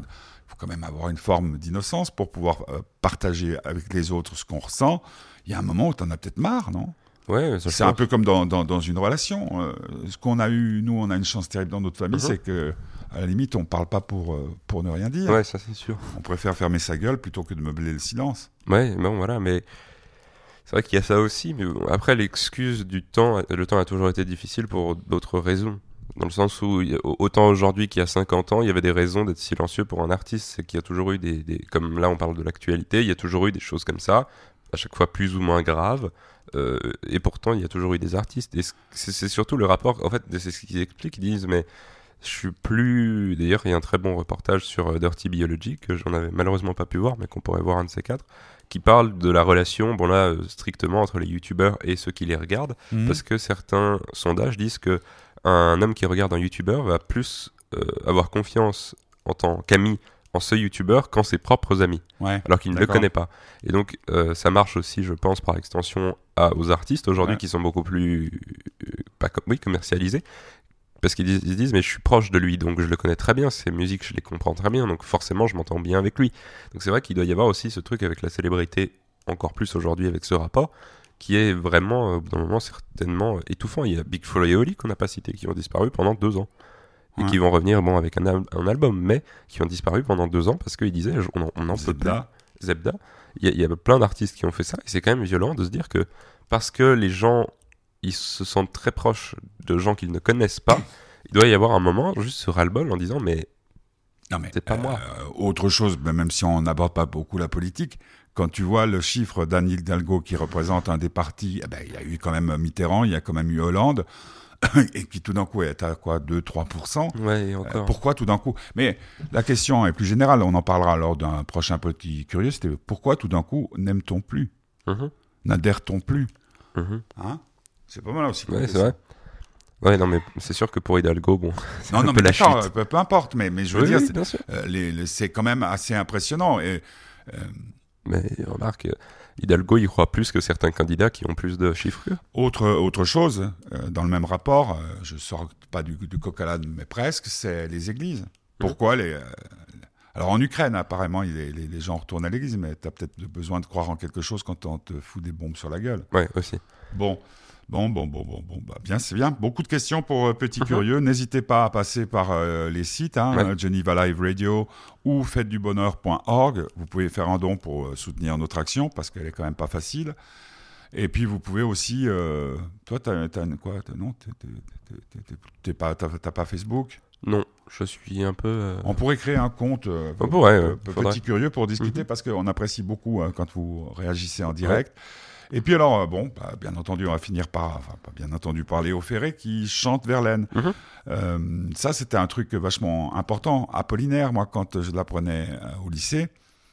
faut quand même avoir une forme d'innocence pour pouvoir euh, partager avec les autres ce qu'on ressent. Il y a un moment où tu en as peut-être marre, non ? Ouais, ça c'est un peu comme dans, dans, dans une relation. Euh, ce qu'on a eu, nous, on a une chance terrible dans notre famille, uh-huh. c'est que à la limite, on ne parle pas pour, euh, pour ne rien dire. Ouais, ça c'est sûr. On préfère fermer sa gueule plutôt que de meubler le silence. Ouais, bon, voilà, mais c'est vrai qu'il y a ça aussi. Mais bon, après, l'excuse du temps, le temps a toujours été difficile pour d'autres raisons. Dans le sens où, autant aujourd'hui qu'il y a cinquante ans, il y avait des raisons d'être silencieux pour un artiste. C'est qu'il y a toujours eu des, des... Comme là, on parle de l'actualité, il y a toujours eu des choses comme ça, à chaque fois plus ou moins graves. Euh, et pourtant, il y a toujours eu des artistes. Et c'est, c'est surtout le rapport, en fait, c'est ce qu'ils expliquent. Ils disent, mais je suis plus... D'ailleurs, il y a un très bon reportage sur Dirty Biology, que j'en avais malheureusement pas pu voir, mais qu'on pourrait voir un de ces quatre, qui parle de la relation, bon là, strictement entre les youtubeurs et ceux qui les regardent, mmh. parce que certains sondages disent que un homme qui regarde un youtubeur va plus euh, avoir confiance en tant qu'ami en ce youtubeur qu'en ses propres amis, ouais, alors qu'il ne le connaît pas. Et donc, euh, ça marche aussi, je pense, par extension à, aux artistes aujourd'hui ouais. qui sont beaucoup plus euh, pas com- oui, commercialisés, parce qu'ils disent, ils disent, mais je suis proche de lui, donc je le connais très bien, ses musiques, je les comprends très bien, donc forcément, je m'entends bien avec lui. Donc c'est vrai qu'il doit y avoir aussi ce truc avec la célébrité, encore plus aujourd'hui avec ce rapport, qui est vraiment, au bout d'un moment, certainement étouffant. Il y a Big Flo et Oli qu'on n'a pas cité, qui ont disparu pendant deux ans. Et ouais. qui vont revenir bon, avec un, al- un album, mais qui ont disparu pendant deux ans parce qu'ils disaient on n'en peut plus. Zebda. Il y, y a plein d'artistes qui ont fait ça, et c'est quand même violent de se dire que parce que les gens ils se sentent très proches de gens qu'ils ne connaissent pas, il doit y avoir un moment, juste ce ras-le-bol en disant mais, non mais c'est pas euh, moi. Autre chose, même si on n'aborde pas beaucoup la politique, quand tu vois le chiffre d'Anne Hidalgo qui représente un des partis, eh ben, il y a eu quand même Mitterrand, il y a quand même eu Hollande, et puis tout d'un coup, elle est à quoi, deux à trois pour cent Ouais, et encore. Euh, pourquoi tout d'un coup ? Mais la question est plus générale, on en parlera lors d'un prochain Petit Curieux, c'était pourquoi tout d'un coup n'aime-t-on plus ? mm-hmm. N'adhère-t-on plus ? mm-hmm. Hein ? C'est pas mal aussi. Ouais, c'est vrai. Ouais, non, mais c'est sûr que pour Hidalgo, bon, c'est non, un non, peu mais la chute. Peu, peu importe, mais, mais je veux oui, dire, oui, c'est, bien sûr. Euh, les, les, c'est quand même assez impressionnant. Et, euh, mais remarque, Hidalgo, il croit plus que certains candidats qui ont plus de chiffres. Autre, autre chose, euh, dans le même rapport, euh, je sors pas du, du coq à l'âne, mais presque, c'est les églises. Pourquoi mmh. les... Euh, alors en Ukraine, apparemment, les, les, les gens retournent à l'église, mais tu as peut-être besoin de croire en quelque chose quand on te fout des bombes sur la gueule. Ouais, aussi. Bon, bon, bon, bon, bon, bon bah, bien, c'est bien. Beaucoup de questions pour euh, Petit uh-huh. Curieux. N'hésitez pas à passer par euh, les sites, hein, ouais. Geneva Live Radio ou faites du bonheur point org. Vous pouvez faire un don pour euh, soutenir notre action, parce qu'elle est quand même pas facile. Et puis vous pouvez aussi... Euh, toi, t'as, t'as quoi t'as, Non, t'es, t'es, t'es, t'es, t'es pas, t'as, t'as pas Facebook ? Non, je suis un peu... Euh... On pourrait créer un compte euh, On pourrait, euh, euh, Petit Curieux pour discuter, mm-hmm. parce qu'on apprécie beaucoup euh, quand vous réagissez en direct. Ouais. Et puis alors, euh, bon, bah, bien entendu, on va finir par, enfin, pas bien entendu, par Léo Ferré qui chante Verlaine. Mm-hmm. Euh, ça, c'était un truc vachement important. Apollinaire, moi, quand je l'apprenais euh, au lycée,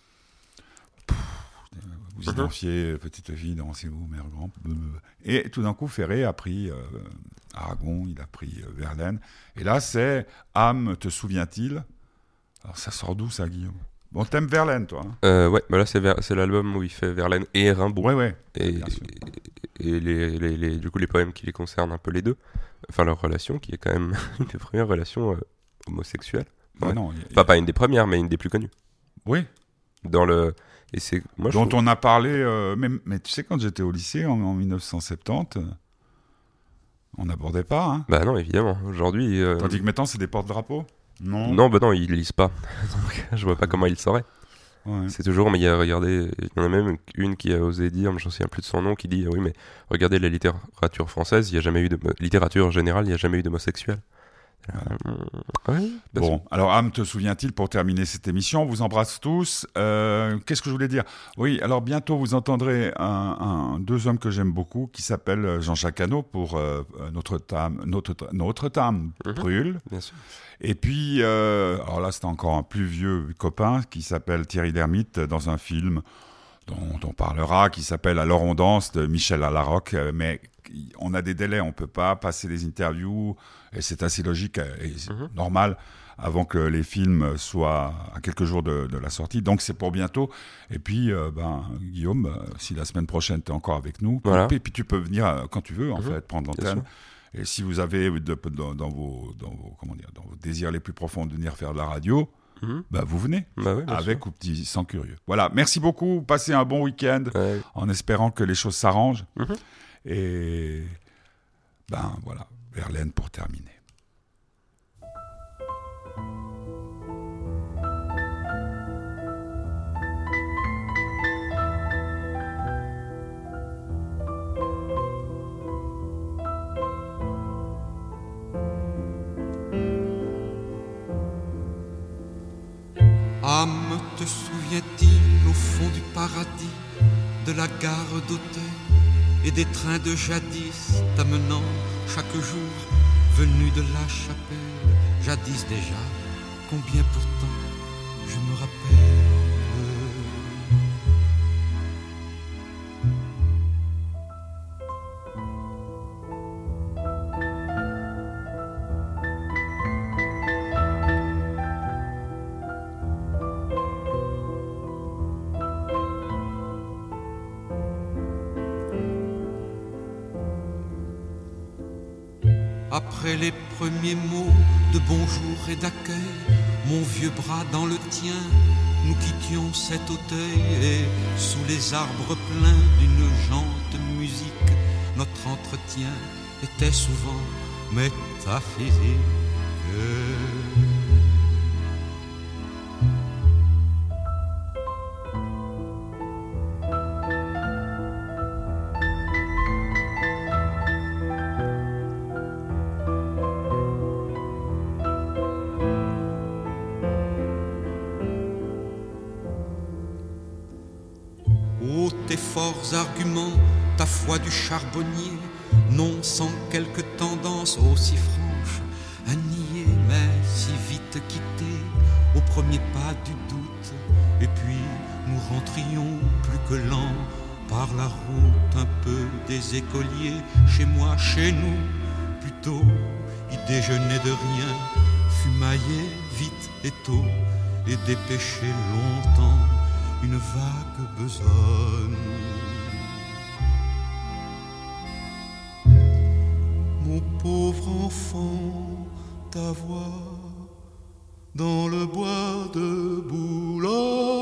pff, vous mm-hmm. identifiez Petite Fille, dansez-vous, mère grand. Et tout d'un coup, Ferré a pris... Euh, Aragon, il a pris euh, Verlaine. Et là, c'est Âme, te souvient-il ? Alors, ça sort d'où, ça, Guillaume ? Bon, t'aimes Verlaine, toi hein euh, Ouais, bah là, c'est, Ver- c'est l'album où il fait Verlaine et Rimbaud. Ouais, ouais. Et, et, et les, les, les, du coup, les poèmes qui les concernent un peu les deux. Enfin, leur relation, qui est quand même une des premières relations euh, homosexuelles. Ouais, ouais. non, a... Enfin, pas une des premières, mais une des plus connues. Oui. Dans le... Et c'est... Moi, Dont trouve... on a parlé... Euh, mais, mais tu sais, quand j'étais au lycée, en, en dix-neuf cent soixante-dix... On n'abordait pas, hein. Bah non, évidemment. Aujourd'hui... Euh... Tandis que maintenant, c'est des porte-drapeaux. Non. Non, bah non, ils lisent pas. Donc, je vois pas comment ils sauraient. Ouais. C'est toujours... Mais il y a, regardez, il y en a même une qui a osé dire, je ne me souviens plus de son nom, qui dit, oui, mais regardez la littérature française, il n'y a jamais eu de... Littérature générale, il n'y a jamais eu d'homosexuels. Euh, ouais, bon, sûr. Alors Âme, te souvient-il, pour terminer cette émission, on vous embrasse tous. Euh, qu'est-ce que je voulais dire ? Oui, alors bientôt vous entendrez un, un, deux hommes que j'aime beaucoup qui s'appellent Jean-Jacques Hano pour euh, Notre-Dame, Notre, Notre-Dame mm-hmm. brûle. Bien sûr. Et puis, euh, alors là c'est encore un plus vieux copain qui s'appelle Thierry Lhermitte dans un film dont on parlera, qui s'appelle Alors on danse de Michel Alarocque, mais on a des délais, on ne peut pas passer des interviews, et c'est assez logique et mm-hmm. normal, avant que les films soient à quelques jours de, de la sortie. Donc c'est pour bientôt. Et puis, euh, ben, Guillaume, euh, si la semaine prochaine tu es encore avec nous, voilà. et puis tu peux venir euh, quand tu veux, en mm-hmm. fait, prendre l'antenne. Bien et si vous avez de, de, dans, dans, vos, dans, vos, comment dire, dans vos désirs les plus profonds de venir faire de la radio, mmh. bah vous venez, bah oui, avec sûr. ou petit sans curieux. Voilà, merci beaucoup, passez un bon week-end, ouais. en espérant que les choses s'arrangent. Mmh. Et ben voilà, Verlaine pour terminer. Âme, te souviens-t-il au fond du paradis, de la gare d'Auteuil et des trains de jadis t'amenant chaque jour venu de la chapelle, jadis déjà, combien pourtant je me rappelle. Après les premiers mots de bonjour et d'accueil, mon vieux bras dans le tien, nous quittions cet Auteuil et sous les arbres pleins d'une jante musique, notre entretien était souvent métaphysique. Forts arguments, ta foi du charbonnier, non sans quelque tendance aussi franche à nier, mais si vite quitté au premier pas du doute. Et puis nous rentrions plus que lents par la route un peu des écoliers, chez moi, chez nous, plutôt y déjeuner de rien, fumailler vite et tôt et dépêcher longtemps une vague besogne. Mon pauvre enfant, ta voix dans le bois de Boulogne